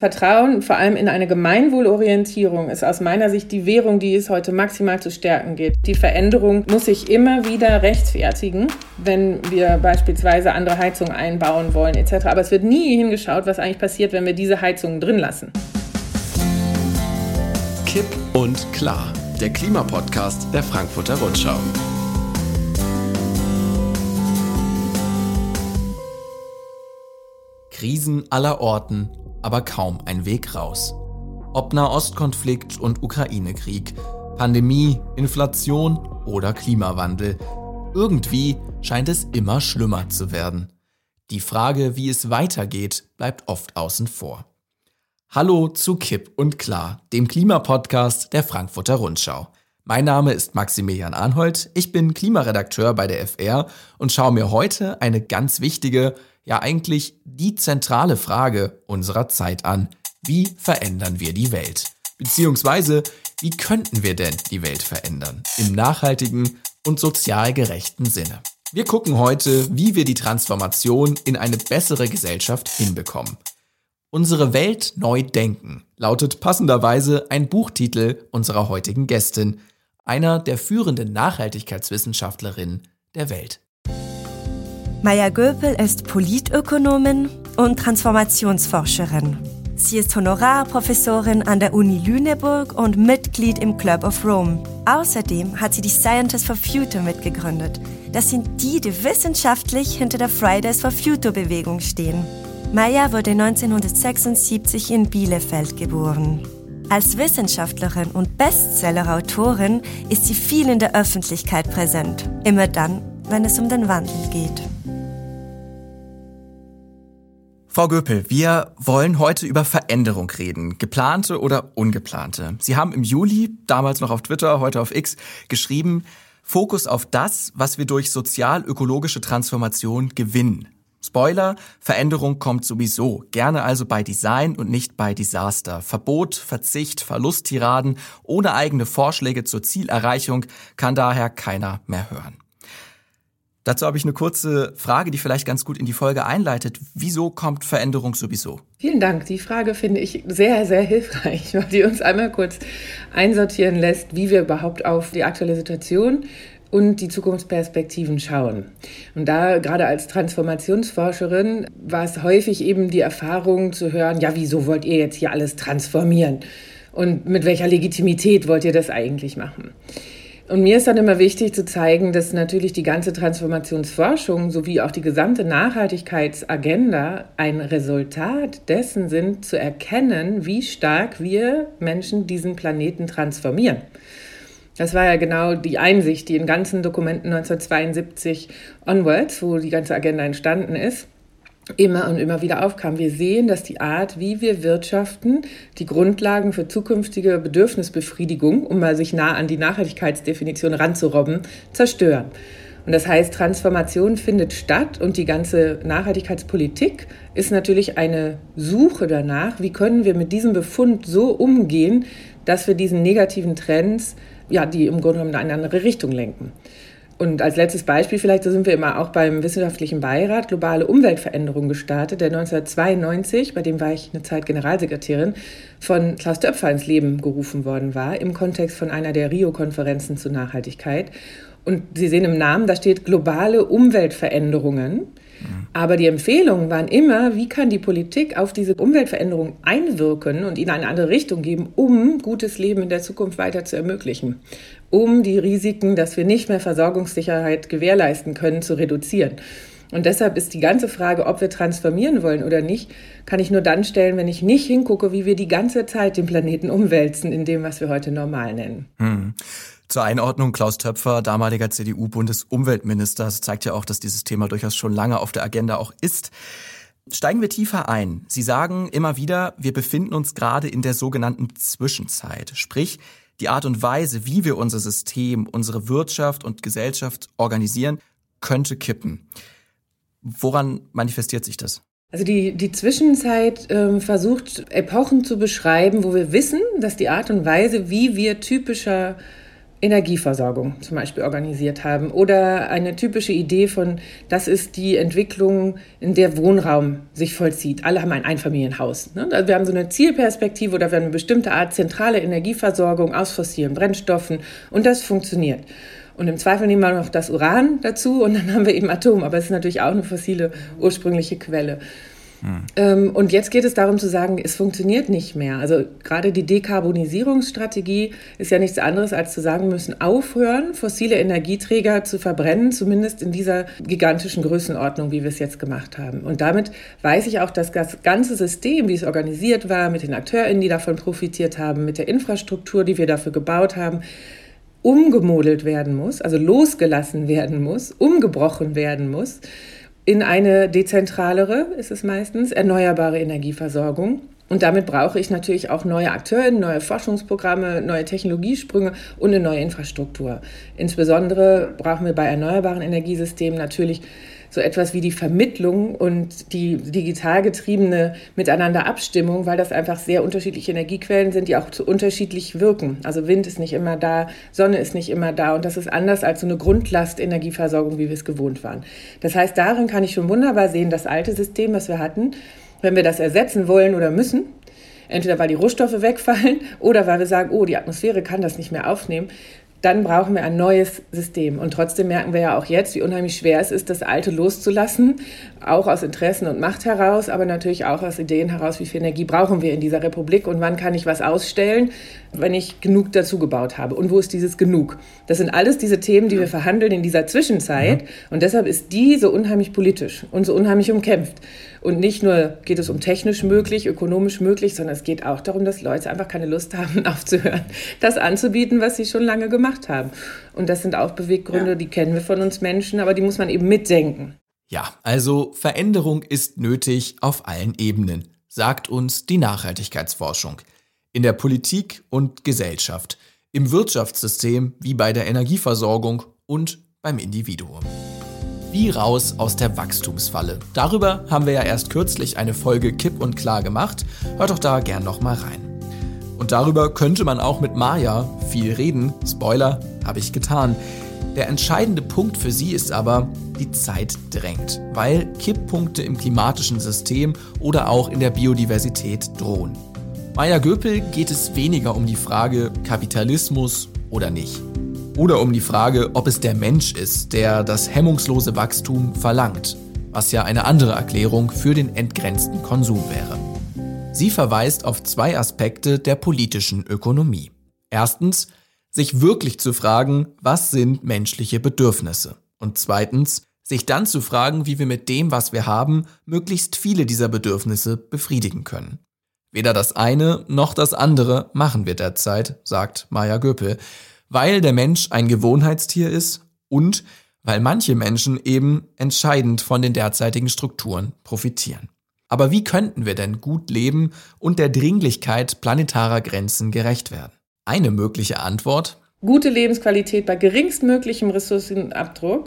Vertrauen, vor allem in eine Gemeinwohlorientierung, ist aus meiner Sicht die Währung, die es heute maximal zu stärken geht. Die Veränderung muss sich immer wieder rechtfertigen, wenn wir beispielsweise andere Heizungen einbauen wollen etc. Aber es wird nie hingeschaut, was eigentlich passiert, wenn wir diese Heizungen drin lassen. Kipp und klar, der Klimapodcast der Frankfurter Rundschau. Krisen aller Orten, aber kaum ein Weg raus. Ob Nahostkonflikt und Ukraine-Krieg, Pandemie, Inflation oder Klimawandel. Irgendwie scheint es immer schlimmer zu werden. Die Frage, wie es weitergeht, bleibt oft außen vor. Hallo zu Kipp und klar, dem Klimapodcast der Frankfurter Rundschau. Mein Name ist Maximilian Arnhold, ich bin Klimaredakteur bei der FR und schaue mir heute eine ganz wichtige, ja eigentlich die zentrale Frage unserer Zeit an. Wie verändern wir die Welt? Beziehungsweise, wie könnten wir denn die Welt verändern? Im nachhaltigen und sozial gerechten Sinne. Wir gucken heute, wie wir die Transformation in eine bessere Gesellschaft hinbekommen. Unsere Welt neu denken lautet passenderweise ein Buchtitel unserer heutigen Gästin, einer der führenden Nachhaltigkeitswissenschaftlerinnen der Welt. Maja Göpel ist Politökonomin und Transformationsforscherin. Sie ist Honorarprofessorin an der Uni Lüneburg und Mitglied im Club of Rome. Außerdem hat sie die Scientists for Future mitgegründet. Das sind die wissenschaftlich hinter der Fridays for Future Bewegung stehen. Maja wurde 1976 in Bielefeld geboren. Als Wissenschaftlerin und Bestseller-Autorin ist sie viel in der Öffentlichkeit präsent. Immer dann, wenn es um den Wandel geht. Frau Göpel, wir wollen heute über Veränderung reden, geplante oder ungeplante. Sie haben im Juli, damals noch auf Twitter, heute auf X, geschrieben, Fokus auf das, was wir durch sozial-ökologische Transformation gewinnen. Spoiler, Veränderung kommt sowieso, gerne also bei Design und nicht bei Desaster. Verbot, Verzicht, Verlusttiraden ohne eigene Vorschläge zur Zielerreichung kann daher keiner mehr hören. Dazu habe ich eine kurze Frage, die vielleicht ganz gut in die Folge einleitet. Wieso kommt Veränderung sowieso? Vielen Dank. Die Frage finde ich sehr, sehr hilfreich, weil die uns einmal kurz einsortieren lässt, wie wir überhaupt auf die aktuelle Situation und die Zukunftsperspektiven schauen. Und da gerade als Transformationsforscherin war es häufig eben die Erfahrung zu hören, ja, wieso wollt ihr jetzt hier alles transformieren? Und mit welcher Legitimität wollt ihr das eigentlich machen? Und mir ist dann immer wichtig zu zeigen, dass natürlich die ganze Transformationsforschung sowie auch die gesamte Nachhaltigkeitsagenda ein Resultat dessen sind, zu erkennen, wie stark wir Menschen diesen Planeten transformieren. Das war ja genau die Einsicht, die in ganzen Dokumenten 1972 onwards, wo die ganze Agenda entstanden ist, immer und immer wieder aufkam. Wir sehen, dass die Art, wie wir wirtschaften, die Grundlagen für zukünftige Bedürfnisbefriedigung, um mal sich nah an die Nachhaltigkeitsdefinition ranzurobben, zerstören. Und das heißt, Transformation findet statt und die ganze Nachhaltigkeitspolitik ist natürlich eine Suche danach, wie können wir mit diesem Befund so umgehen, dass wir diesen negativen Trends, ja, die im Grunde genommen in eine andere Richtung lenken. Und als letztes Beispiel vielleicht, so sind wir immer auch beim Wissenschaftlichen Beirat Globale Umweltveränderung gestartet, der 1992, bei dem war ich eine Zeit Generalsekretärin, von Klaus Töpfer ins Leben gerufen worden war, im Kontext von einer der Rio-Konferenzen zur Nachhaltigkeit. Und Sie sehen im Namen, da steht globale Umweltveränderungen. Aber die Empfehlungen waren immer, wie kann die Politik auf diese Umweltveränderungen einwirken und ihnen eine andere Richtung geben, um gutes Leben in der Zukunft weiter zu ermöglichen, um die Risiken, dass wir nicht mehr Versorgungssicherheit gewährleisten können, zu reduzieren. Und deshalb ist die ganze Frage, ob wir transformieren wollen oder nicht, kann ich nur dann stellen, wenn ich nicht hingucke, wie wir die ganze Zeit den Planeten umwälzen in dem, was wir heute normal nennen. Zur Einordnung, Klaus Töpfer, damaliger CDU-Bundesumweltminister, das zeigt ja auch, dass dieses Thema durchaus schon lange auf der Agenda auch ist. Steigen wir tiefer ein. Sie sagen immer wieder, wir befinden uns gerade in der sogenannten Zwischenzeit. Sprich, die Art und Weise, wie wir unser System, unsere Wirtschaft und Gesellschaft organisieren, könnte kippen. Woran manifestiert sich das? Also die Zwischenzeit versucht, Epochen zu beschreiben, wo wir wissen, dass die Art und Weise, wie wir typischer Energieversorgung zum Beispiel organisiert haben. Oder eine typische Idee von, das ist die Entwicklung, in der Wohnraum sich vollzieht. Alle haben ein Einfamilienhaus. Ne? Also wir haben so eine Zielperspektive oder wir haben eine bestimmte Art zentrale Energieversorgung aus fossilen Brennstoffen und das funktioniert. Und im Zweifel nehmen wir noch das Uran dazu und dann haben wir eben Atom. Aber es ist natürlich auch eine fossile ursprüngliche Quelle. Und jetzt geht es darum zu sagen, es funktioniert nicht mehr. Also gerade die Dekarbonisierungsstrategie ist ja nichts anderes, als zu sagen, wir müssen aufhören, fossile Energieträger zu verbrennen, zumindest in dieser gigantischen Größenordnung, wie wir es jetzt gemacht haben. Und damit weiß ich auch, dass das ganze System, wie es organisiert war, mit den AkteurInnen, die davon profitiert haben, mit der Infrastruktur, die wir dafür gebaut haben, umgemodelt werden muss, also losgelassen werden muss, umgebrochen werden muss, in eine dezentralere, ist es meistens, erneuerbare Energieversorgung. Und damit brauche ich natürlich auch neue AkteurInnen, neue Forschungsprogramme, neue Technologiesprünge und eine neue Infrastruktur. Insbesondere brauchen wir bei erneuerbaren Energiesystemen natürlich so etwas wie die Vermittlung und die digital getriebene Miteinanderabstimmung, weil das einfach sehr unterschiedliche Energiequellen sind, die auch so unterschiedlich wirken. Also Wind ist nicht immer da, Sonne ist nicht immer da und das ist anders als so eine Grundlast-Energieversorgung, wie wir es gewohnt waren. Das heißt, darin kann ich schon wunderbar sehen, das alte System, was wir hatten, wenn wir das ersetzen wollen oder müssen, entweder weil die Rohstoffe wegfallen oder weil wir sagen, oh, die Atmosphäre kann das nicht mehr aufnehmen, dann brauchen wir ein neues System. Und trotzdem merken wir ja auch jetzt, wie unheimlich schwer es ist, das Alte loszulassen, auch aus Interessen und Macht heraus, aber natürlich auch aus Ideen heraus, wie viel Energie brauchen wir in dieser Republik und wann kann ich was ausstellen, wenn ich genug dazu gebaut habe. Und wo ist dieses Genug? Das sind alles diese Themen, die wir verhandeln in dieser Zwischenzeit. Und deshalb ist die so unheimlich politisch und so unheimlich umkämpft. Und nicht nur geht es um technisch möglich, ökonomisch möglich, sondern es geht auch darum, dass Leute einfach keine Lust haben, aufzuhören, das anzubieten, was sie schon lange gemacht haben. Und das sind auch Beweggründe, die kennen wir von uns Menschen, aber die muss man eben mitdenken. Ja, also Veränderung ist nötig auf allen Ebenen, sagt uns die Nachhaltigkeitsforschung. In der Politik und Gesellschaft, im Wirtschaftssystem wie bei der Energieversorgung und beim Individuum. Wie raus aus der Wachstumsfalle? Darüber haben wir ja erst kürzlich eine Folge Kipp und Klar gemacht. Hört doch da gern noch mal rein. Und darüber könnte man auch mit Maja viel reden. Spoiler, habe ich getan. Der entscheidende Punkt für sie ist aber, die Zeit drängt, weil Kipppunkte im klimatischen System oder auch in der Biodiversität drohen. Maja Göpel geht es weniger um die Frage Kapitalismus oder nicht. Oder um die Frage, ob es der Mensch ist, der das hemmungslose Wachstum verlangt, was ja eine andere Erklärung für den entgrenzten Konsum wäre. Sie verweist auf 2 Aspekte der politischen Ökonomie. Erstens, sich wirklich zu fragen, was sind menschliche Bedürfnisse? Und zweitens, sich dann zu fragen, wie wir mit dem, was wir haben, möglichst viele dieser Bedürfnisse befriedigen können. Weder das eine noch das andere machen wir derzeit, sagt Maja Göpel, weil der Mensch ein Gewohnheitstier ist und weil manche Menschen eben entscheidend von den derzeitigen Strukturen profitieren. Aber wie könnten wir denn gut leben und der Dringlichkeit planetarer Grenzen gerecht werden? Eine mögliche Antwort: gute Lebensqualität bei geringstmöglichem Ressourcenabdruck,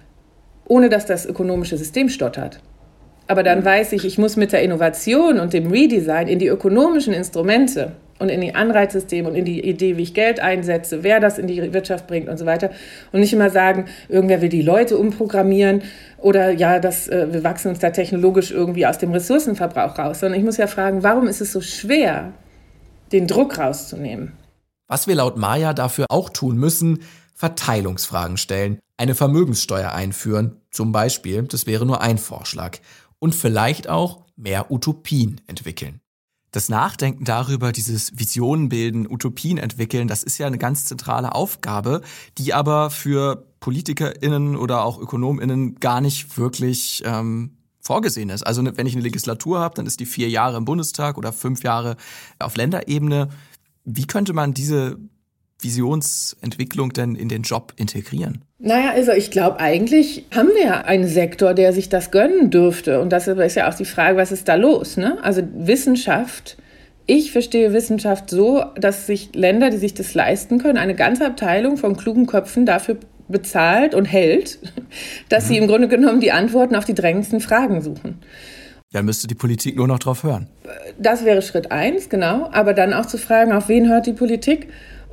ohne dass das ökonomische System stottert. Aber dann weiß ich, ich muss mit der Innovation und dem Redesign in die ökonomischen Instrumente und in die Anreizsysteme und in die Idee, wie ich Geld einsetze, wer das in die Wirtschaft bringt und so weiter. Und nicht immer sagen, irgendwer will die Leute umprogrammieren oder ja, wir wachsen uns da technologisch irgendwie aus dem Ressourcenverbrauch raus. Sondern ich muss ja fragen, warum ist es so schwer, den Druck rauszunehmen? Was wir laut Maja dafür auch tun müssen: Verteilungsfragen stellen, eine Vermögenssteuer einführen, zum Beispiel, das wäre nur ein Vorschlag. Und vielleicht auch mehr Utopien entwickeln. Das Nachdenken darüber, dieses Visionen bilden, Utopien entwickeln, das ist ja eine ganz zentrale Aufgabe, die aber für PolitikerInnen oder auch ÖkonomInnen gar nicht wirklich vorgesehen ist. Also wenn ich eine Legislatur habe, dann ist die 4 Jahre im Bundestag oder 5 Jahre auf Länderebene. Wie könnte man diese Visionsentwicklung denn in den Job integrieren? Naja, also ich glaube, eigentlich haben wir ja einen Sektor, der sich das gönnen dürfte. Und das ist ja auch die Frage, was ist da los, ne? Also Wissenschaft, ich verstehe Wissenschaft so, dass sich Länder, die sich das leisten können, eine ganze Abteilung von klugen Köpfen dafür bezahlt und hält, dass sie im Grunde genommen die Antworten auf die drängendsten Fragen suchen. Dann müsste die Politik nur noch drauf hören. Das wäre Schritt 1, genau. Aber dann auch zu fragen, auf wen hört die Politik?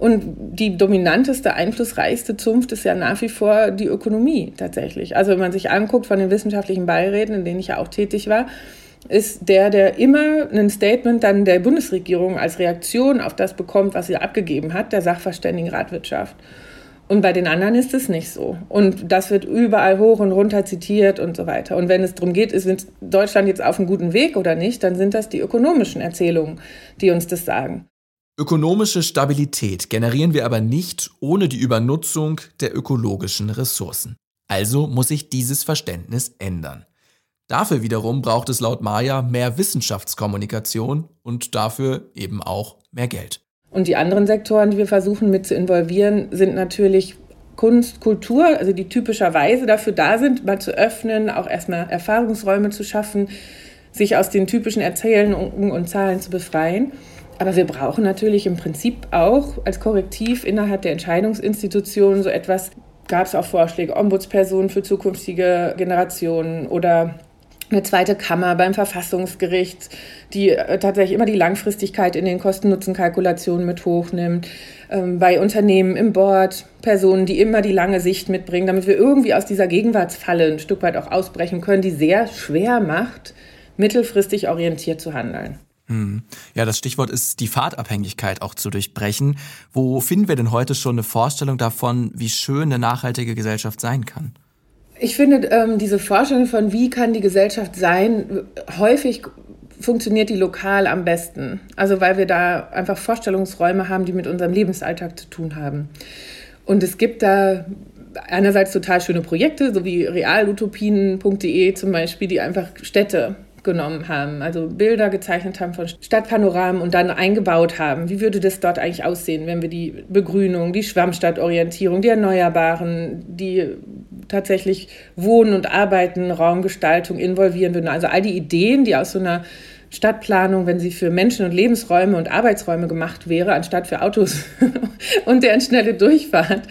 Und die dominanteste, einflussreichste Zunft ist ja nach wie vor die Ökonomie tatsächlich. Also wenn man sich anguckt von den wissenschaftlichen Beiräten, in denen ich ja auch tätig war, ist der immer ein Statement dann der Bundesregierung als Reaktion auf das bekommt, was sie abgegeben hat, der Sachverständigenrat Wirtschaft. Und bei den anderen ist es nicht so. Und das wird überall hoch und runter zitiert und so weiter. Und wenn es darum geht, ist Deutschland jetzt auf einem guten Weg oder nicht, dann sind das die ökonomischen Erzählungen, die uns das sagen. Ökonomische Stabilität generieren wir aber nicht ohne die Übernutzung der ökologischen Ressourcen. Also muss sich dieses Verständnis ändern. Dafür wiederum braucht es laut Maja mehr Wissenschaftskommunikation und dafür eben auch mehr Geld. Und die anderen Sektoren, die wir versuchen mit zu involvieren, sind natürlich Kunst, Kultur, also die typischerweise dafür da sind, mal zu öffnen, auch erstmal Erfahrungsräume zu schaffen, sich aus den typischen Erzählungen und Zahlen zu befreien. Aber wir brauchen natürlich im Prinzip auch als Korrektiv innerhalb der Entscheidungsinstitutionen so etwas, gab es auch Vorschläge, Ombudspersonen für zukünftige Generationen oder eine zweite Kammer beim Verfassungsgericht, die tatsächlich immer die Langfristigkeit in den Kosten-Nutzen-Kalkulationen mit hochnimmt. Bei Unternehmen im Board, Personen, die immer die lange Sicht mitbringen, damit wir irgendwie aus dieser Gegenwartsfalle ein Stück weit auch ausbrechen können, die sehr schwer macht, mittelfristig orientiert zu handeln. Ja, das Stichwort ist die Pfadabhängigkeit auch zu durchbrechen. Wo finden wir denn heute schon eine Vorstellung davon, wie schön eine nachhaltige Gesellschaft sein kann? Ich finde, diese Vorstellung von, wie kann die Gesellschaft sein, häufig funktioniert die lokal am besten. Also weil wir da einfach Vorstellungsräume haben, die mit unserem Lebensalltag zu tun haben. Und es gibt da einerseits total schöne Projekte, so wie realutopien.de zum Beispiel, die einfach Städte genommen haben, also Bilder gezeichnet haben von Stadtpanoramen und dann eingebaut haben. Wie würde das dort eigentlich aussehen, wenn wir die Begrünung, die Schwammstadtorientierung, die Erneuerbaren, die tatsächlich Wohnen und Arbeiten, Raumgestaltung involvieren würden. Also all die Ideen, die aus so einer Stadtplanung, wenn sie für Menschen und Lebensräume und Arbeitsräume gemacht wäre, anstatt für Autos und deren schnelle Durchfahrt,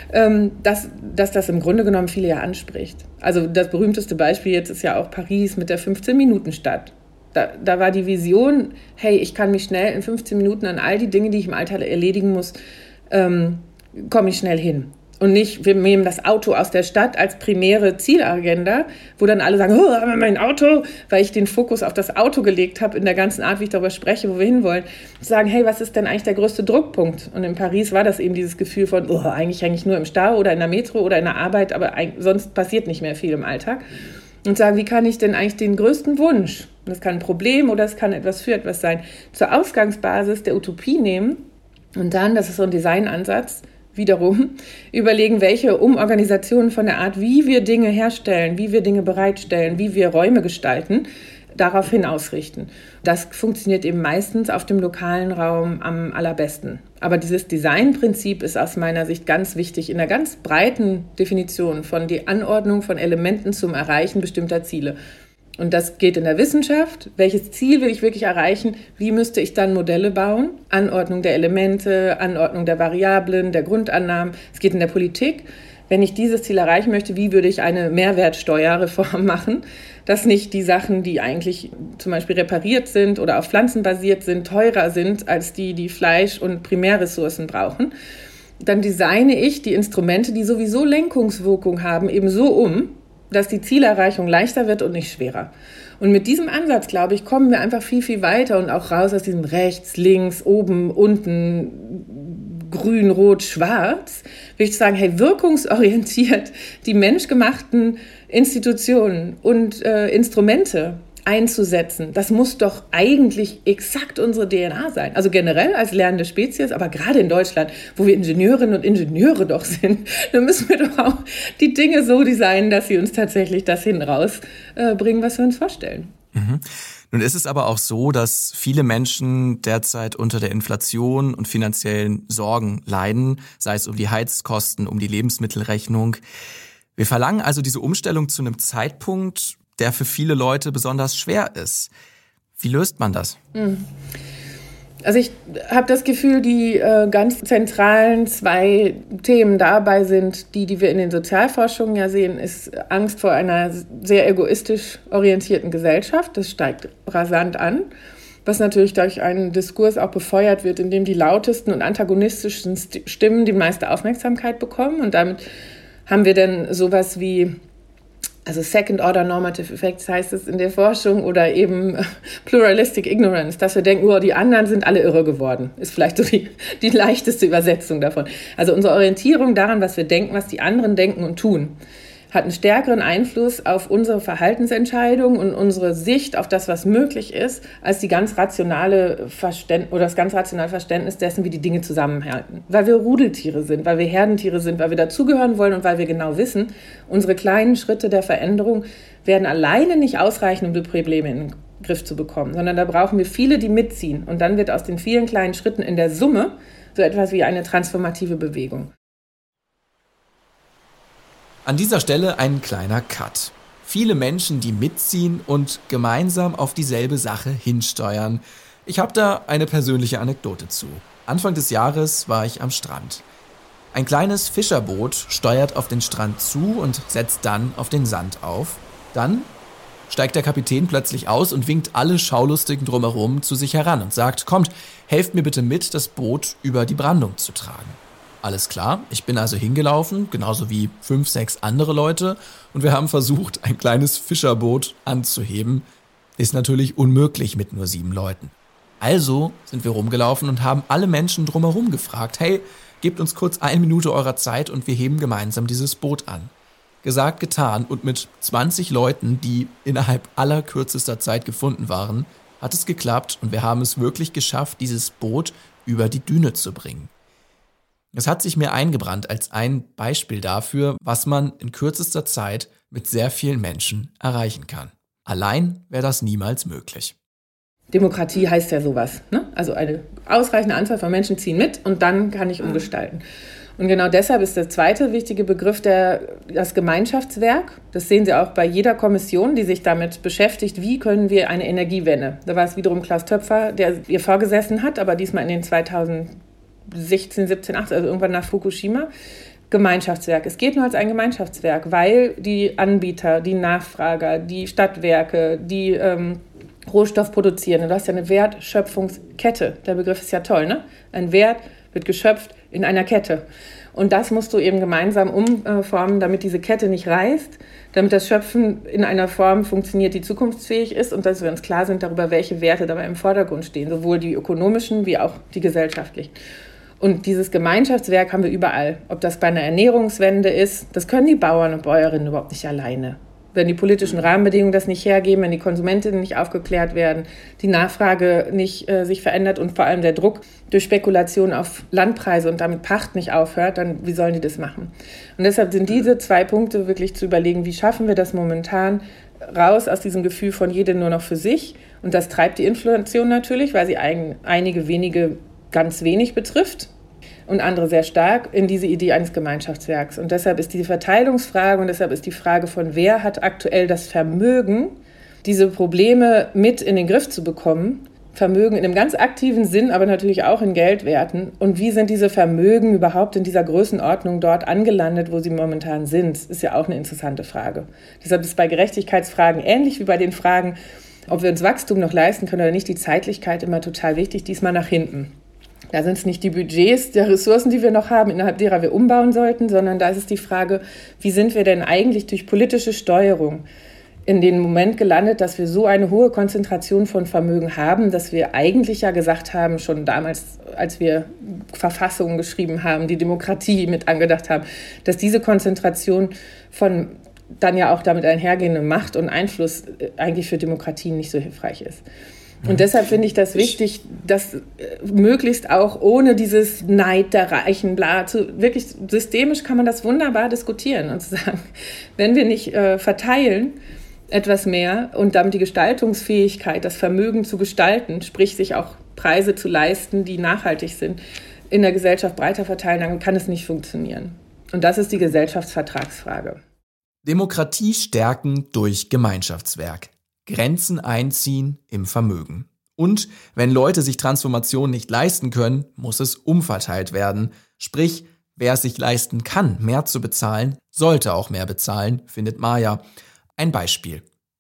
dass das im Grunde genommen viele ja anspricht. Also das berühmteste Beispiel jetzt ist ja auch Paris mit der 15-Minuten-Stadt. Da war die Vision, hey, ich kann mich schnell in 15 Minuten an all die Dinge, die ich im Alltag erledigen muss, komme ich schnell hin. Und nicht, wir nehmen das Auto aus der Stadt als primäre Zielagenda, wo dann alle sagen, oh, aber mein Auto, weil ich den Fokus auf das Auto gelegt habe in der ganzen Art, wie ich darüber spreche, wo wir hinwollen. Zu sagen, hey, was ist denn eigentlich der größte Druckpunkt? Und in Paris war das eben dieses Gefühl von, oh, eigentlich hänge ich nur im Stau oder in der Metro oder in der Arbeit, aber sonst passiert nicht mehr viel im Alltag. Und sagen, wie kann ich denn eigentlich den größten Wunsch, das kann ein Problem oder es kann etwas für etwas sein, zur Ausgangsbasis der Utopie nehmen und dann, das ist so ein Designansatz, wiederum überlegen, welche Umorganisationen von der Art, wie wir Dinge herstellen, wie wir Dinge bereitstellen, wie wir Räume gestalten, daraufhin ausrichten. Das funktioniert eben meistens auf dem lokalen Raum am allerbesten. Aber dieses Designprinzip ist aus meiner Sicht ganz wichtig in der ganz breiten Definition von der Anordnung von Elementen zum Erreichen bestimmter Ziele. Und das geht in der Wissenschaft. Welches Ziel will ich wirklich erreichen? Wie müsste ich dann Modelle bauen? Anordnung der Elemente, Anordnung der Variablen, der Grundannahmen. Es geht in der Politik. Wenn ich dieses Ziel erreichen möchte, wie würde ich eine Mehrwertsteuerreform machen? Dass nicht die Sachen, die eigentlich zum Beispiel repariert sind oder auf Pflanzen basiert sind, teurer sind als die Fleisch- und Primärressourcen brauchen. Dann designe ich die Instrumente, die sowieso Lenkungswirkung haben, eben so um, dass die Zielerreichung leichter wird und nicht schwerer. Und mit diesem Ansatz, glaube ich, kommen wir einfach viel, viel weiter und auch raus aus diesem rechts, links, oben, unten, grün, rot, schwarz. Will ich sagen, hey, wirkungsorientiert die menschgemachten Institutionen und Instrumente einzusetzen. Das muss doch eigentlich exakt unsere DNA sein. Also generell als lernende Spezies, aber gerade in Deutschland, wo wir Ingenieurinnen und Ingenieure doch sind, dann müssen wir doch auch die Dinge so designen, dass sie uns tatsächlich das hin rausbringen, was wir uns vorstellen. Mhm. Nun ist es aber auch so, dass viele Menschen derzeit unter der Inflation und finanziellen Sorgen leiden, sei es um die Heizkosten, um die Lebensmittelrechnung. Wir verlangen also diese Umstellung zu einem Zeitpunkt, der für viele Leute besonders schwer ist. Wie löst man das? Also ich habe das Gefühl, die ganz zentralen zwei Themen dabei sind, die wir in den Sozialforschungen ja sehen, ist Angst vor einer sehr egoistisch orientierten Gesellschaft. Das steigt rasant an. was natürlich durch einen Diskurs auch befeuert wird, in dem die lautesten und antagonistischsten Stimmen die meiste Aufmerksamkeit bekommen. Und damit haben wir dann sowas wie, also Second-Order Normative Effects heißt es in der Forschung, oder eben Pluralistic Ignorance, dass wir denken, die anderen sind alle irre geworden. Ist vielleicht so die leichteste Übersetzung davon. Also unsere Orientierung daran, was wir denken, was die anderen denken und tun, hat einen stärkeren Einfluss auf unsere Verhaltensentscheidungen und unsere Sicht auf das, was möglich ist, als das ganz rationale Verständnis dessen, wie die Dinge zusammenhalten. Weil wir Rudeltiere sind, weil wir Herdentiere sind, weil wir dazugehören wollen und weil wir genau wissen, unsere kleinen Schritte der Veränderung werden alleine nicht ausreichen, um die Probleme in den Griff zu bekommen, sondern da brauchen wir viele, die mitziehen. Und dann wird aus den vielen kleinen Schritten in der Summe so etwas wie eine transformative Bewegung. An dieser Stelle ein kleiner Cut. Viele Menschen, die mitziehen und gemeinsam auf dieselbe Sache hinsteuern. Ich habe da eine persönliche Anekdote zu. Anfang des Jahres war ich am Strand. Ein kleines Fischerboot steuert auf den Strand zu und setzt dann auf den Sand auf. Dann steigt der Kapitän plötzlich aus und winkt alle Schaulustigen drumherum zu sich heran und sagt: Kommt, helft mir bitte mit, das Boot über die Brandung zu tragen. Alles klar, ich bin also hingelaufen, genauso wie 5, 6 andere Leute, und wir haben versucht, ein kleines Fischerboot anzuheben. Ist natürlich unmöglich mit nur 7 Leuten. Also sind wir rumgelaufen und haben alle Menschen drumherum gefragt: Hey, gebt uns kurz 1 Minute eurer Zeit und wir heben gemeinsam dieses Boot an. Gesagt, getan, und mit 20 Leuten, die innerhalb allerkürzester Zeit gefunden waren, hat es geklappt und wir haben es wirklich geschafft, dieses Boot über die Düne zu bringen. Es hat sich mir eingebrannt als ein Beispiel dafür, was man in kürzester Zeit mit sehr vielen Menschen erreichen kann. Allein wäre das niemals möglich. Demokratie heißt ja sowas, ne? Also eine ausreichende Anzahl von Menschen ziehen mit und dann kann ich umgestalten. Und genau deshalb ist der zweite wichtige Begriff das Gemeinschaftswerk. Das sehen Sie auch bei jeder Kommission, die sich damit beschäftigt, wie können wir eine Energiewende. Da war es wiederum Klaus Töpfer, der ihr vorgesessen hat, aber diesmal in den 2016, 17, 18, also irgendwann nach Fukushima. Gemeinschaftswerk. Es geht nur als ein Gemeinschaftswerk, weil die Anbieter, die Nachfrager, die Stadtwerke, die Rohstoffproduzierenden, du hast ja eine Wertschöpfungskette. Der Begriff ist ja toll, ne? Ein Wert wird geschöpft in einer Kette. Und das musst du eben gemeinsam umformen, damit diese Kette nicht reißt, damit das Schöpfen in einer Form funktioniert, die zukunftsfähig ist und dass wir uns klar sind darüber, welche Werte dabei im Vordergrund stehen, sowohl die ökonomischen wie auch die gesellschaftlichen. Und dieses Gemeinschaftswerk haben wir überall. Ob das bei einer Ernährungswende ist, das können die Bauern und Bäuerinnen überhaupt nicht alleine. Wenn die politischen Rahmenbedingungen das nicht hergeben, wenn die Konsumentinnen nicht aufgeklärt werden, die Nachfrage nicht sich verändert und vor allem der Druck durch Spekulation auf Landpreise und damit Pacht nicht aufhört, dann wie sollen die das machen? Und deshalb sind diese 2 Punkte wirklich zu überlegen, wie schaffen wir das momentan raus aus diesem Gefühl von jede nur noch für sich. Und das treibt die Inflation natürlich, weil sie einige wenige ganz wenig betrifft und andere sehr stark, in diese Idee eines Gemeinschaftswerks. Und deshalb ist die Verteilungsfrage und deshalb ist die Frage von, wer hat aktuell das Vermögen, diese Probleme mit in den Griff zu bekommen, Vermögen in einem ganz aktiven Sinn, aber natürlich auch in Geldwerten. Und wie sind diese Vermögen überhaupt in dieser Größenordnung dort angelandet, wo sie momentan sind? Ist ja auch eine interessante Frage. Deshalb ist bei Gerechtigkeitsfragen ähnlich wie bei den Fragen, ob wir uns Wachstum noch leisten können oder nicht, die Zeitlichkeit immer total wichtig, diesmal nach hinten. Da sind es nicht die Budgets der Ressourcen, die wir noch haben, innerhalb derer wir umbauen sollten, sondern da ist es die Frage, wie sind wir denn eigentlich durch politische Steuerung in den Moment gelandet, dass wir so eine hohe Konzentration von Vermögen haben, dass wir eigentlich ja gesagt haben, schon damals, als wir Verfassungen geschrieben haben, die Demokratie mit angedacht haben, dass diese Konzentration von dann ja auch damit einhergehende Macht und Einfluss eigentlich für Demokratien nicht so hilfreich ist. Und deshalb finde ich das wichtig, dass möglichst auch ohne dieses Neid der Reichen, wirklich systemisch kann man das wunderbar diskutieren und zu sagen, wenn wir nicht verteilen etwas mehr und damit die Gestaltungsfähigkeit, das Vermögen zu gestalten, sprich sich auch Preise zu leisten, die nachhaltig sind, in der Gesellschaft breiter verteilen, dann kann es nicht funktionieren. Und das ist die Gesellschaftsvertragsfrage. Demokratie stärken durch Gemeinschaftswerk. Grenzen einziehen im Vermögen. Und wenn Leute sich Transformation nicht leisten können, muss es umverteilt werden. Sprich, wer es sich leisten kann, mehr zu bezahlen, sollte auch mehr bezahlen, findet Maya. Ein Beispiel.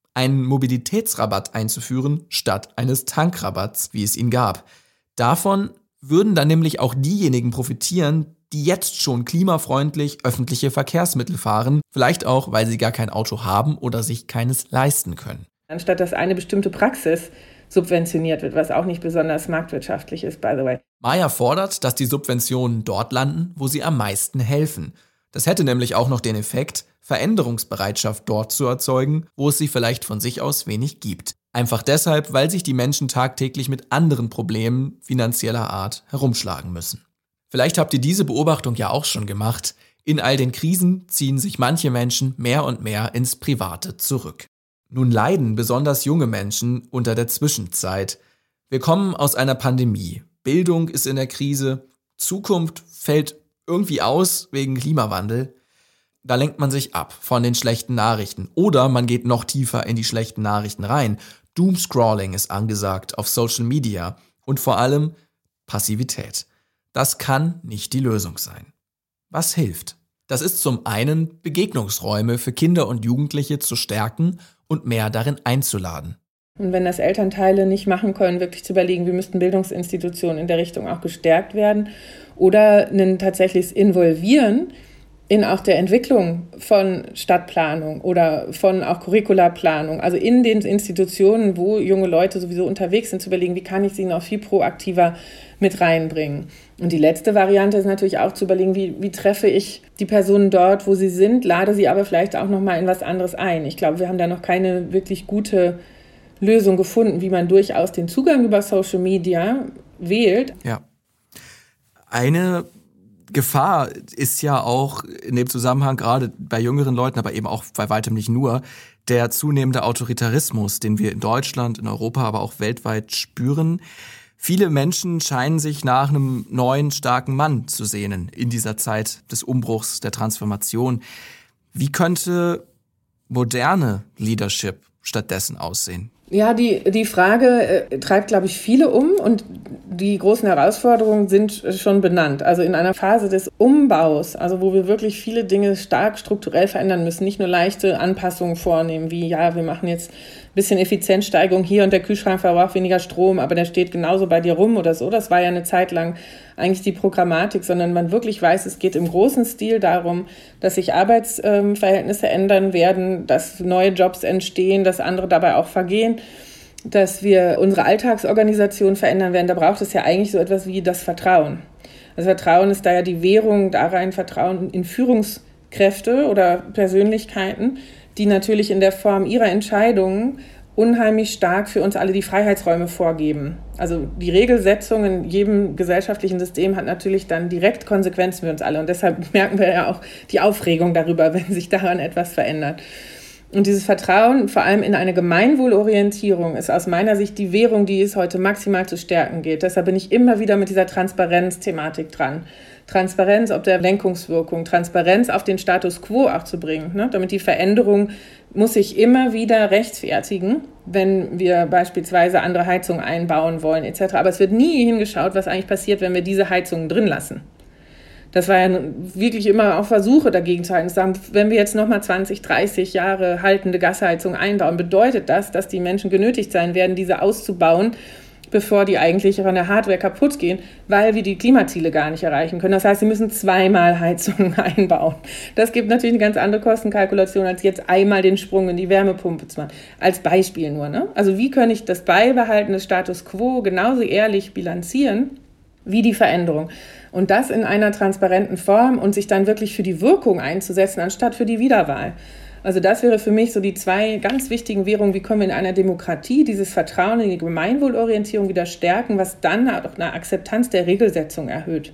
einen Mobilitätsrabatt einzuführen, statt eines Tankrabatts, wie es ihn gab. Davon würden dann nämlich auch diejenigen profitieren, die jetzt schon klimafreundlich öffentliche Verkehrsmittel fahren, vielleicht auch, weil sie gar kein Auto haben oder sich keines leisten können. Anstatt dass eine bestimmte Praxis subventioniert wird, was auch nicht besonders marktwirtschaftlich ist, by the way. Mayer fordert, dass die Subventionen dort landen, wo sie am meisten helfen. Das hätte nämlich auch noch den Effekt, Veränderungsbereitschaft dort zu erzeugen, wo es sie vielleicht von sich aus wenig gibt. Einfach deshalb, weil sich die Menschen tagtäglich mit anderen Problemen finanzieller Art herumschlagen müssen. Vielleicht habt ihr diese Beobachtung ja auch schon gemacht. In all den Krisen ziehen sich manche Menschen mehr und mehr ins Private zurück. Nun leiden besonders junge Menschen unter der Zwischenzeit. Wir kommen aus einer Pandemie. Bildung ist in der Krise. Zukunft fällt irgendwie aus wegen Klimawandel. Da lenkt man sich ab von den schlechten Nachrichten. Oder man geht noch tiefer in die schlechten Nachrichten rein. Doomscrolling ist angesagt auf Social Media. Und vor allem Passivität. Das kann nicht die Lösung sein. Was hilft? Das ist zum einen, Begegnungsräume für Kinder und Jugendliche zu stärken und mehr darin einzuladen. Und wenn das Elternteile nicht machen können, wirklich zu überlegen, wie müssten Bildungsinstitutionen in der Richtung auch gestärkt werden oder ein tatsächliches Involvieren in auch der Entwicklung von Stadtplanung oder von auch Curricularplanung, also in den Institutionen, wo junge Leute sowieso unterwegs sind, zu überlegen, wie kann ich sie noch viel proaktiver mit reinbringen. Und die letzte Variante ist natürlich auch zu überlegen, wie treffe ich die Personen dort, wo sie sind, lade sie aber vielleicht auch noch mal in was anderes ein. Ich glaube, wir haben da noch keine wirklich gute Lösung gefunden, wie man durchaus den Zugang über Social Media wählt. Ja. Eine Gefahr ist ja auch in dem Zusammenhang, gerade bei jüngeren Leuten, aber eben auch bei weitem nicht nur, der zunehmende Autoritarismus, den wir in Deutschland, in Europa, aber auch weltweit spüren. Viele Menschen scheinen sich nach einem neuen, starken Mann zu sehnen in dieser Zeit des Umbruchs, der Transformation. Wie könnte moderne Leadership stattdessen aussehen? Ja, die Frage treibt, glaube ich, viele um und die großen Herausforderungen sind schon benannt. Also in einer Phase des Umbaus, also wo wir wirklich viele Dinge stark strukturell verändern müssen, nicht nur leichte Anpassungen vornehmen, wie ja, wir machen jetzt ein bisschen Effizienzsteigerung hier und der Kühlschrank verbraucht weniger Strom, aber der steht genauso bei dir rum oder so. Das war ja eine Zeit lang eigentlich die Programmatik, sondern man wirklich weiß, es geht im großen Stil darum, dass sich Arbeitsverhältnisse ändern werden, dass neue Jobs entstehen, dass andere dabei auch vergehen, dass wir unsere Alltagsorganisation verändern werden. Da braucht es ja eigentlich so etwas wie das Vertrauen. Das Vertrauen ist da ja die Währung, da rein Vertrauen in Führungskräfte oder Persönlichkeiten, die natürlich in der Form ihrer Entscheidungen unheimlich stark für uns alle die Freiheitsräume vorgeben. Also die Regelsetzung in jedem gesellschaftlichen System hat natürlich dann direkt Konsequenzen für uns alle. Und deshalb merken wir ja auch die Aufregung darüber, wenn sich daran etwas verändert. Und dieses Vertrauen, vor allem in eine Gemeinwohlorientierung, ist aus meiner Sicht die Währung, die es heute maximal zu stärken geht. Deshalb bin ich immer wieder mit dieser Transparenz-Thematik dran. Transparenz ob der Lenkungswirkung, Transparenz auf den Status quo auch zu bringen, ne? Damit die Veränderung muss sich immer wieder rechtfertigen, wenn wir beispielsweise andere Heizungen einbauen wollen etc. Aber es wird nie hingeschaut, was eigentlich passiert, wenn wir diese Heizungen drin lassen. Das war ja wirklich immer auch Versuche dagegen zu halten. Sagen, wenn wir jetzt nochmal 20, 30 Jahre haltende Gasheizung einbauen, bedeutet das, dass die Menschen genötigt sein werden, diese auszubauen, bevor die eigentlich von der Hardware kaputt gehen, weil wir die Klimaziele gar nicht erreichen können. Das heißt, sie müssen zweimal Heizungen einbauen. Das gibt natürlich eine ganz andere Kostenkalkulation, als jetzt einmal den Sprung in die Wärmepumpe zu machen. Als Beispiel nur, ne? Also wie kann ich das Beibehalten des Status quo genauso ehrlich bilanzieren wie die Veränderung? Und das in einer transparenten Form und sich dann wirklich für die Wirkung einzusetzen, anstatt für die Wiederwahl. Also das wäre für mich so die zwei ganz wichtigen Währungen, wie können wir in einer Demokratie dieses Vertrauen in die Gemeinwohlorientierung wieder stärken, was dann auch eine Akzeptanz der Regelsetzung erhöht.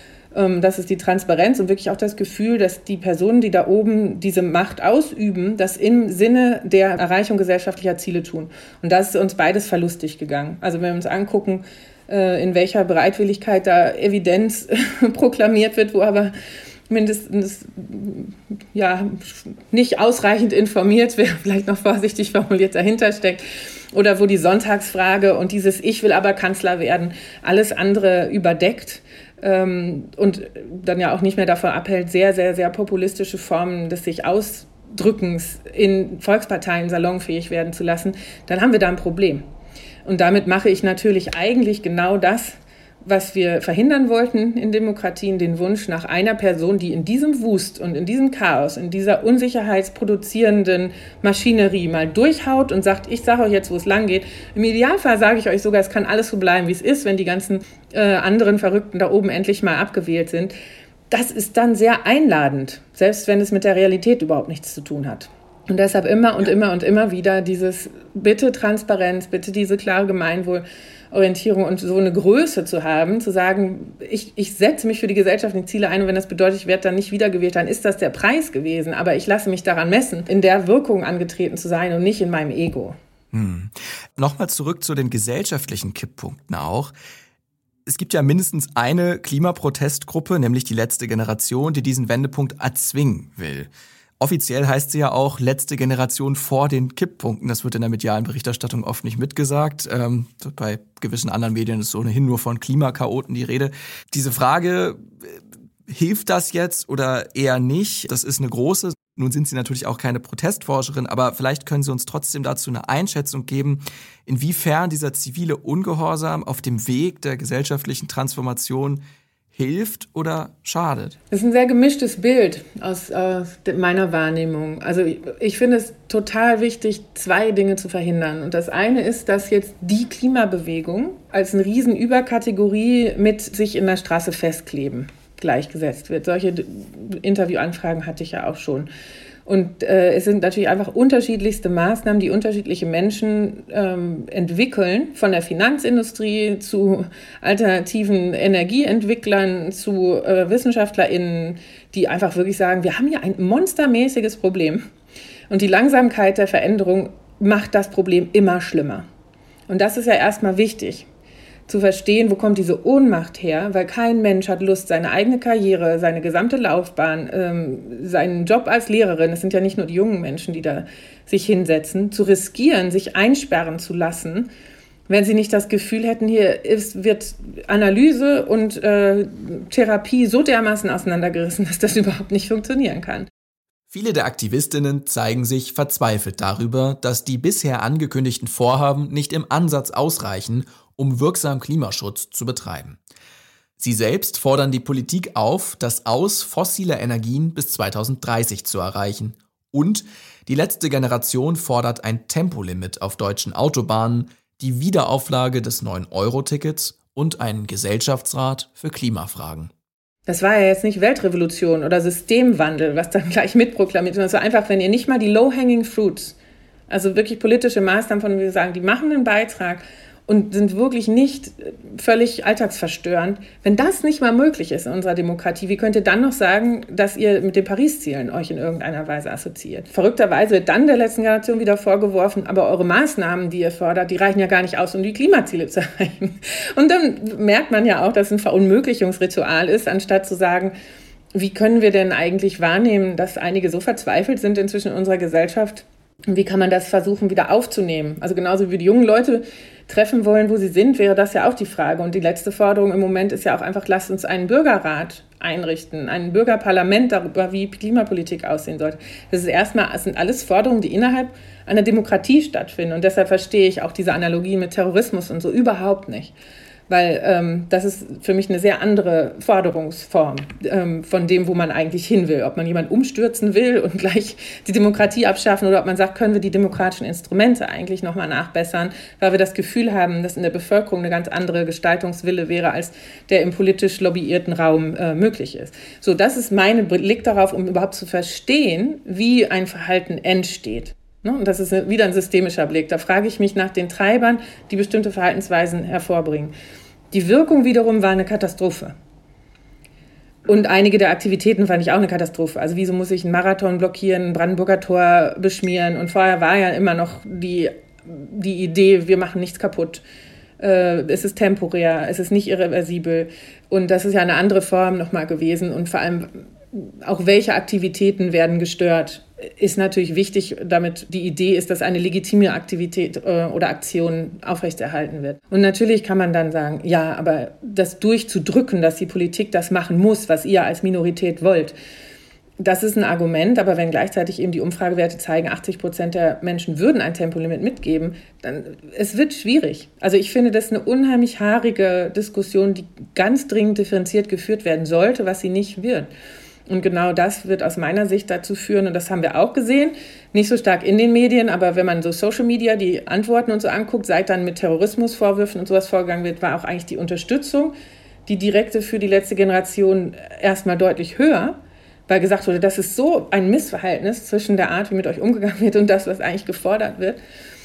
Das ist die Transparenz und wirklich auch das Gefühl, dass die Personen, die da oben diese Macht ausüben, das im Sinne der Erreichung gesellschaftlicher Ziele tun. Und das ist uns beides verlustig gegangen. Also wenn wir uns angucken, in welcher Bereitwilligkeit da Evidenz proklamiert wird, wo aber mindestens ja nicht ausreichend informiert, wer vielleicht noch vorsichtig formuliert dahinter steckt, oder wo die Sonntagsfrage und dieses Ich will aber Kanzler werden, alles andere überdeckt und dann ja auch nicht mehr davon abhält, sehr, sehr, sehr populistische Formen des sich Drückens in Volksparteien salonfähig werden zu lassen, dann haben wir da ein Problem. Und damit mache ich natürlich eigentlich genau das, was wir verhindern wollten in Demokratien, den Wunsch nach einer Person, die in diesem Wust und in diesem Chaos, in dieser unsicherheitsproduzierenden Maschinerie mal durchhaut und sagt, ich sage euch jetzt, wo es lang geht. Im Idealfall sage ich euch sogar, es kann alles so bleiben, wie es ist, wenn die ganzen anderen Verrückten da oben endlich mal abgewählt sind. Das ist dann sehr einladend, selbst wenn es mit der Realität überhaupt nichts zu tun hat. Und deshalb immer und immer wieder dieses bitte Transparenz, bitte diese klare Gemeinwohlorientierung und so eine Größe zu haben, zu sagen, ich setze mich für die gesellschaftlichen Ziele ein und wenn das bedeutet, ich werde dann nicht wiedergewählt, dann ist das der Preis gewesen. Aber ich lasse mich daran messen, in der Wirkung angetreten zu sein und nicht in meinem Ego. Nochmal zurück zu den gesellschaftlichen Kipppunkten auch. Es gibt ja mindestens eine Klimaprotestgruppe, nämlich die letzte Generation, die diesen Wendepunkt erzwingen will. Offiziell heißt sie ja auch letzte Generation vor den Kipppunkten. Das wird in der medialen Berichterstattung oft nicht mitgesagt. Bei gewissen anderen Medien ist ohnehin nur von Klimakaoten die Rede. Diese Frage, hilft das jetzt oder eher nicht? Das ist eine große. Nun sind Sie natürlich auch keine Protestforscherin, aber vielleicht können Sie uns trotzdem dazu eine Einschätzung geben, inwiefern dieser zivile Ungehorsam auf dem Weg der gesellschaftlichen Transformation hilft oder schadet? Das ist ein sehr gemischtes Bild aus meiner Wahrnehmung. Also ich finde es total wichtig, zwei Dinge zu verhindern. Und das eine ist, dass jetzt die Klimabewegung als eine riesen Überkategorie mit sich in der Straße festkleben gleichgesetzt wird. Solche Interviewanfragen hatte ich ja auch schon. Und es sind natürlich einfach unterschiedlichste Maßnahmen, die unterschiedliche Menschen entwickeln, von der Finanzindustrie zu alternativen Energieentwicklern, zu WissenschaftlerInnen, die einfach wirklich sagen, wir haben hier ein monstermäßiges Problem. Und die Langsamkeit der Veränderung macht das Problem immer schlimmer. Und das ist ja erstmal wichtig, zu verstehen, wo kommt diese Ohnmacht her, weil kein Mensch hat Lust, seine eigene Karriere, seine gesamte Laufbahn, seinen Job als Lehrerin, es sind ja nicht nur die jungen Menschen, die da sich hinsetzen, zu riskieren, sich einsperren zu lassen, wenn sie nicht das Gefühl hätten, hier wird Analyse und Therapie so dermaßen auseinandergerissen, dass das überhaupt nicht funktionieren kann. Viele der Aktivistinnen zeigen sich verzweifelt darüber, dass die bisher angekündigten Vorhaben nicht im Ansatz ausreichen, um wirksam Klimaschutz zu betreiben. Sie selbst fordern die Politik auf, das Aus fossiler Energien bis 2030 zu erreichen. Und die letzte Generation fordert ein Tempolimit auf deutschen Autobahnen, die Wiederauflage des 9-Euro-Tickets und einen Gesellschaftsrat für Klimafragen. Das war ja jetzt nicht Weltrevolution oder Systemwandel, was dann gleich mitproklamiert wird. Also einfach, wenn ihr nicht mal die low-hanging fruits, also wirklich politische Maßnahmen, von denen wir sagen, die machen einen Beitrag und sind wirklich nicht völlig alltagsverstörend. Wenn das nicht mal möglich ist in unserer Demokratie, wie könnt ihr dann noch sagen, dass ihr mit den Paris-Zielen euch in irgendeiner Weise assoziiert? Verrückterweise wird dann der letzten Generation wieder vorgeworfen, aber eure Maßnahmen, die ihr fordert, die reichen ja gar nicht aus, um die Klimaziele zu erreichen. Und dann merkt man ja auch, dass es ein Verunmöglichungsritual ist, anstatt zu sagen, wie können wir denn eigentlich wahrnehmen, dass einige so verzweifelt sind inzwischen in unserer Gesellschaft? Und wie kann man das versuchen, wieder aufzunehmen? Also genauso wie die jungen Leute treffen wollen, wo sie sind, wäre das ja auch die Frage. Und die letzte Forderung im Moment ist ja auch einfach, lasst uns einen Bürgerrat einrichten, ein Bürgerparlament darüber, wie Klimapolitik aussehen sollte. Das sind alles Forderungen, die innerhalb einer Demokratie stattfinden. Und deshalb verstehe ich auch diese Analogie mit Terrorismus und so überhaupt nicht. Weil das ist für mich eine sehr andere Forderungsform von dem, wo man eigentlich hin will. Ob man jemanden umstürzen will und gleich die Demokratie abschaffen oder ob man sagt, können wir die demokratischen Instrumente eigentlich nochmal nachbessern, weil wir das Gefühl haben, dass in der Bevölkerung eine ganz andere Gestaltungswille wäre, als der im politisch lobbyierten Raum möglich ist. So, das ist mein Blick darauf, um überhaupt zu verstehen, wie ein Verhalten entsteht. Und das ist wieder ein systemischer Blick. Da frage ich mich nach den Treibern, die bestimmte Verhaltensweisen hervorbringen. Die Wirkung wiederum war eine Katastrophe. Und einige der Aktivitäten fand ich auch eine Katastrophe. Also wieso muss ich einen Marathon blockieren, ein Brandenburger Tor beschmieren? Und vorher war ja immer noch die Idee, wir machen nichts kaputt. Es ist temporär, es ist nicht irreversibel. Und das ist ja eine andere Form nochmal gewesen. Und vor allem auch welche Aktivitäten werden gestört, ist natürlich wichtig, damit die Idee ist, dass eine legitime Aktivität oder Aktion aufrechterhalten wird. Und natürlich kann man dann sagen, ja, aber das durchzudrücken, dass die Politik das machen muss, was ihr als Minorität wollt, Das ist ein Argument, aber wenn gleichzeitig eben die Umfragewerte zeigen, 80% der Menschen würden ein Tempolimit mitgeben, dann es wird schwierig. Also ich finde, das ist eine unheimlich haarige Diskussion, die ganz dringend differenziert geführt werden sollte, was sie nicht wird. Und genau das wird aus meiner Sicht dazu führen, und das haben wir auch gesehen, nicht so stark in den Medien, aber wenn man so Social Media, die Antworten und so anguckt, seit dann mit Terrorismusvorwürfen und sowas vorgegangen wird, war auch eigentlich die Unterstützung, die direkte für die letzte Generation erstmal deutlich höher, weil gesagt wurde, das ist so ein Missverhältnis zwischen der Art, wie mit euch umgegangen wird und das, was eigentlich gefordert wird.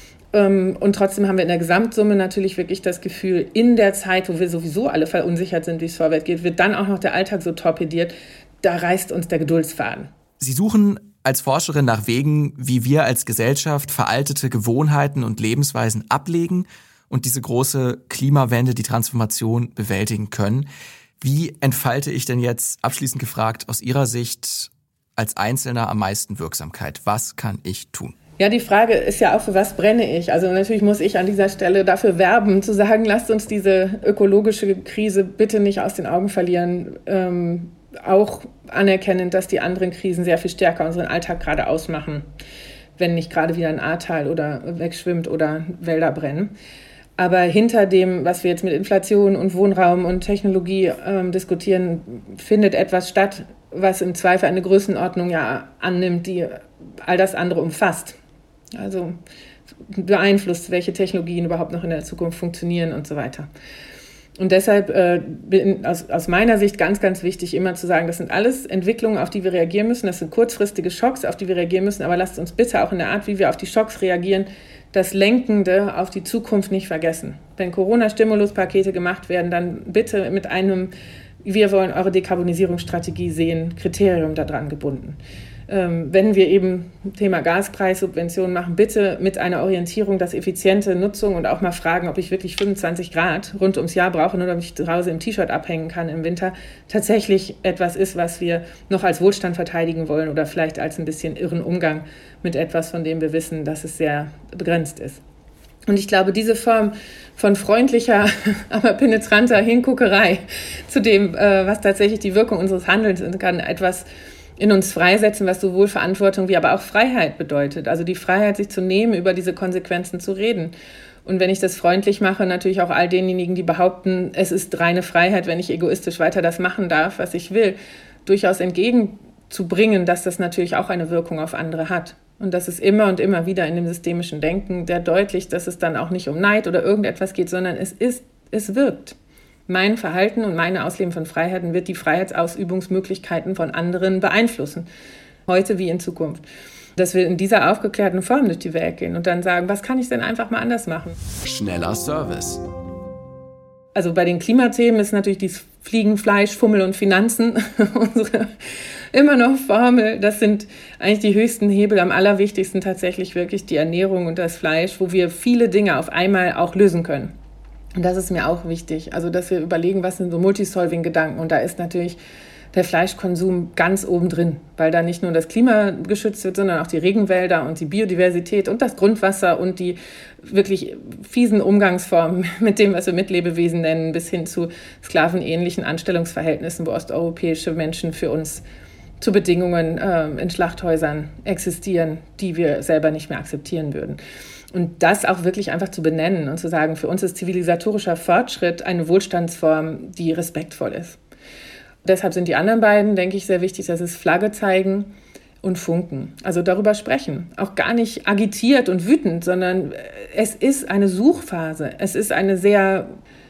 Und trotzdem haben wir in der Gesamtsumme natürlich wirklich das Gefühl, in der Zeit, wo wir sowieso alle verunsichert sind, wie es vorwärts geht, wird dann auch noch der Alltag so torpediert, da reißt uns der Geduldsfaden. Sie suchen als Forscherin nach Wegen, wie wir als Gesellschaft veraltete Gewohnheiten und Lebensweisen ablegen und diese große Klimawende, die Transformation bewältigen können. Wie entfalte ich denn jetzt, abschließend gefragt, aus Ihrer Sicht als Einzelner am meisten Wirksamkeit? Was kann ich tun? Ja, die Frage ist ja auch, für was brenne ich? Also natürlich muss ich an dieser Stelle dafür werben, zu sagen, lasst uns diese ökologische Krise bitte nicht aus den Augen verlieren. Auch anerkennend, dass die anderen Krisen sehr viel stärker unseren Alltag gerade ausmachen, wenn nicht gerade wieder ein Ahrtal oder wegschwimmt oder Wälder brennen. Aber hinter dem, was wir jetzt mit Inflation und Wohnraum und Technologie diskutieren, findet etwas statt, was im Zweifel eine Größenordnung ja annimmt, die all das andere umfasst. Also beeinflusst, welche Technologien überhaupt noch in der Zukunft funktionieren und so weiter. Und deshalb aus meiner Sicht ganz, ganz wichtig, immer zu sagen, das sind alles Entwicklungen, auf die wir reagieren müssen. Das sind kurzfristige Schocks, auf die wir reagieren müssen. Aber lasst uns bitte auch in der Art, wie wir auf die Schocks reagieren, das Lenkende auf die Zukunft nicht vergessen. Wenn Corona-Stimuluspakete gemacht werden, dann bitte mit einem, wir wollen eure Dekarbonisierungsstrategie sehen, Kriterium daran gebunden. Wenn wir eben Thema Gaspreissubventionen machen, bitte mit einer Orientierung, dass effiziente Nutzung und auch mal fragen, ob ich wirklich 25 Grad rund ums Jahr brauche, nur damit ich zu Hause im T-Shirt abhängen kann im Winter, tatsächlich etwas ist, was wir noch als Wohlstand verteidigen wollen oder vielleicht als ein bisschen irren Umgang mit etwas, von dem wir wissen, dass es sehr begrenzt ist. Und ich glaube, diese Form von freundlicher, aber penetranter Hinguckerei zu dem, was tatsächlich die Wirkung unseres Handelns kann, etwas in uns freisetzen, was sowohl Verantwortung wie aber auch Freiheit bedeutet. Also die Freiheit, sich zu nehmen, über diese Konsequenzen zu reden. Und wenn ich das freundlich mache, natürlich auch all denjenigen, die behaupten, es ist reine Freiheit, wenn ich egoistisch weiter das machen darf, was ich will, durchaus entgegenzubringen, dass das natürlich auch eine Wirkung auf andere hat. Und das ist immer und immer wieder in dem systemischen Denken sehr deutlich, dass es dann auch nicht um Neid oder irgendetwas geht, sondern es wirkt. Mein Verhalten und meine Ausleben von Freiheiten wird die Freiheitsausübungsmöglichkeiten von anderen beeinflussen, heute wie in Zukunft. Dass wir in dieser aufgeklärten Form durch die Welt gehen und dann sagen, was kann ich denn einfach mal anders machen? Schneller Service. Also bei den Klimathemen ist natürlich dieses Fliegen, Fleisch, Fummel und Finanzen unsere immer noch Formel. Das sind eigentlich die höchsten Hebel, am allerwichtigsten tatsächlich wirklich die Ernährung und das Fleisch, wo wir viele Dinge auf einmal auch lösen können. Und das ist mir auch wichtig, also dass wir überlegen, was sind so Multisolving-Gedanken. Und da ist natürlich der Fleischkonsum ganz oben drin, weil da nicht nur das Klima geschützt wird, sondern auch die Regenwälder und die Biodiversität und das Grundwasser und die wirklich fiesen Umgangsformen mit dem, was wir Mitlebewesen nennen, bis hin zu sklavenähnlichen Anstellungsverhältnissen, wo osteuropäische Menschen für uns zu Bedingungen in Schlachthäusern existieren, die wir selber nicht mehr akzeptieren würden. Und das auch wirklich einfach zu benennen und zu sagen, für uns ist zivilisatorischer Fortschritt eine Wohlstandsform, die respektvoll ist. Deshalb sind die anderen beiden, denke ich, sehr wichtig, das ist Flagge zeigen und funken. Also darüber sprechen. Auch gar nicht agitiert und wütend, sondern es ist eine Suchphase. Es ist eine sehr,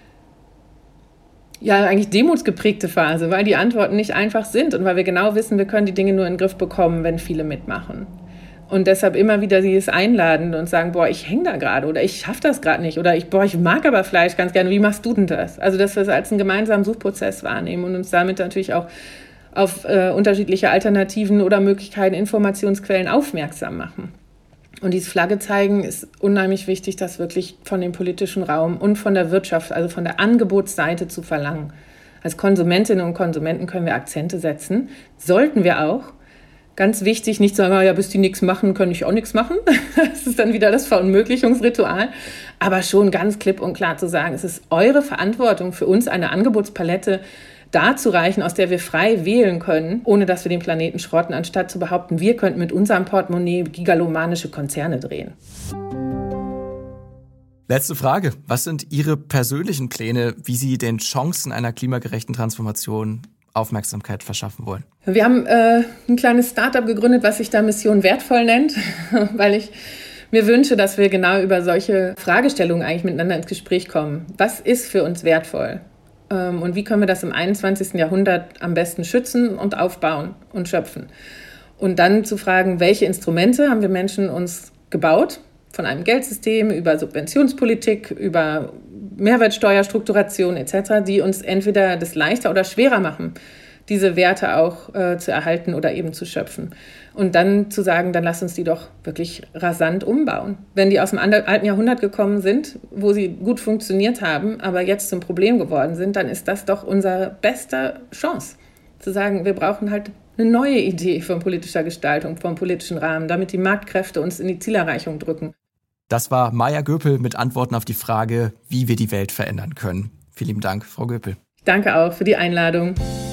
ja, eigentlich demutsgeprägte Phase, weil die Antworten nicht einfach sind und weil wir genau wissen, wir können die Dinge nur in den Griff bekommen, wenn viele mitmachen. Und deshalb immer wieder dieses Einladen und sagen, boah, ich hänge da gerade oder ich schaffe das gerade nicht oder ich mag aber Fleisch ganz gerne, wie machst du denn das? Also dass wir es als einen gemeinsamen Suchprozess wahrnehmen und uns damit natürlich auch auf unterschiedliche Alternativen oder Möglichkeiten, Informationsquellen aufmerksam machen. Und dieses Flagge zeigen ist unheimlich wichtig, das wirklich von dem politischen Raum und von der Wirtschaft, also von der Angebotsseite zu verlangen. Als Konsumentinnen und Konsumenten können wir Akzente setzen, sollten wir auch. Ganz wichtig, nicht zu sagen, ja, bis die nichts machen, kann ich auch nichts machen. Das ist dann wieder das Verunmöglichungsritual. Aber schon ganz klipp und klar zu sagen, es ist eure Verantwortung, für uns eine Angebotspalette dazu reichen, aus der wir frei wählen können, ohne dass wir den Planeten schrotten, anstatt zu behaupten, wir könnten mit unserem Portemonnaie gigalomanische Konzerne drehen. Letzte Frage. Was sind Ihre persönlichen Pläne, wie Sie den Chancen einer klimagerechten Transformation Aufmerksamkeit verschaffen wollen? Wir haben ein kleines Startup gegründet, was sich da Mission Wertvoll nennt, weil ich mir wünsche, dass wir genau über solche Fragestellungen eigentlich miteinander ins Gespräch kommen. Was ist für uns wertvoll? Und wie können wir das im 21. Jahrhundert am besten schützen und aufbauen und schöpfen? Und dann zu fragen, welche Instrumente haben wir Menschen uns gebaut? Von einem Geldsystem über Subventionspolitik, über Mehrwertsteuerstrukturation etc., die uns entweder das leichter oder schwerer machen, diese Werte auch zu erhalten oder eben zu schöpfen. Und dann zu sagen, dann lass uns die doch wirklich rasant umbauen. Wenn die aus dem alten Jahrhundert gekommen sind, wo sie gut funktioniert haben, aber jetzt zum Problem geworden sind, dann ist das doch unsere beste Chance. Zu sagen, wir brauchen halt eine neue Idee von politischer Gestaltung, vom politischen Rahmen, damit die Marktkräfte uns in die Zielerreichung drücken. Das war Maya Göpel mit Antworten auf die Frage, wie wir die Welt verändern können. Vielen lieben Dank, Frau Göpel. Danke auch für die Einladung.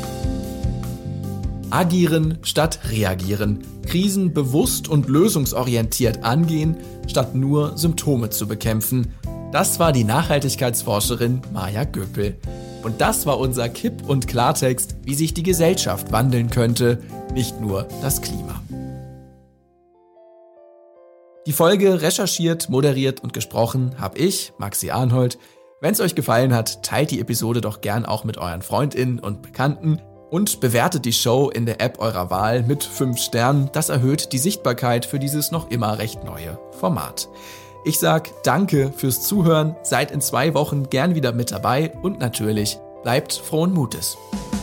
Agieren statt reagieren. Krisen bewusst und lösungsorientiert angehen, statt nur Symptome zu bekämpfen. Das war die Nachhaltigkeitsforscherin Maya Göpel. Und das war unser Kipp- und Klartext, wie sich die Gesellschaft wandeln könnte, nicht nur das Klima. Die Folge recherchiert, moderiert und gesprochen habe ich, Maxi Arnhold. Wenn es euch gefallen hat, teilt die Episode doch gern auch mit euren FreundInnen und Bekannten und bewertet die Show in der App eurer Wahl mit 5 Sternen. Das erhöht die Sichtbarkeit für dieses noch immer recht neue Format. Ich sag danke fürs Zuhören, seid in 2 Wochen gern wieder mit dabei und natürlich bleibt frohen Mutes.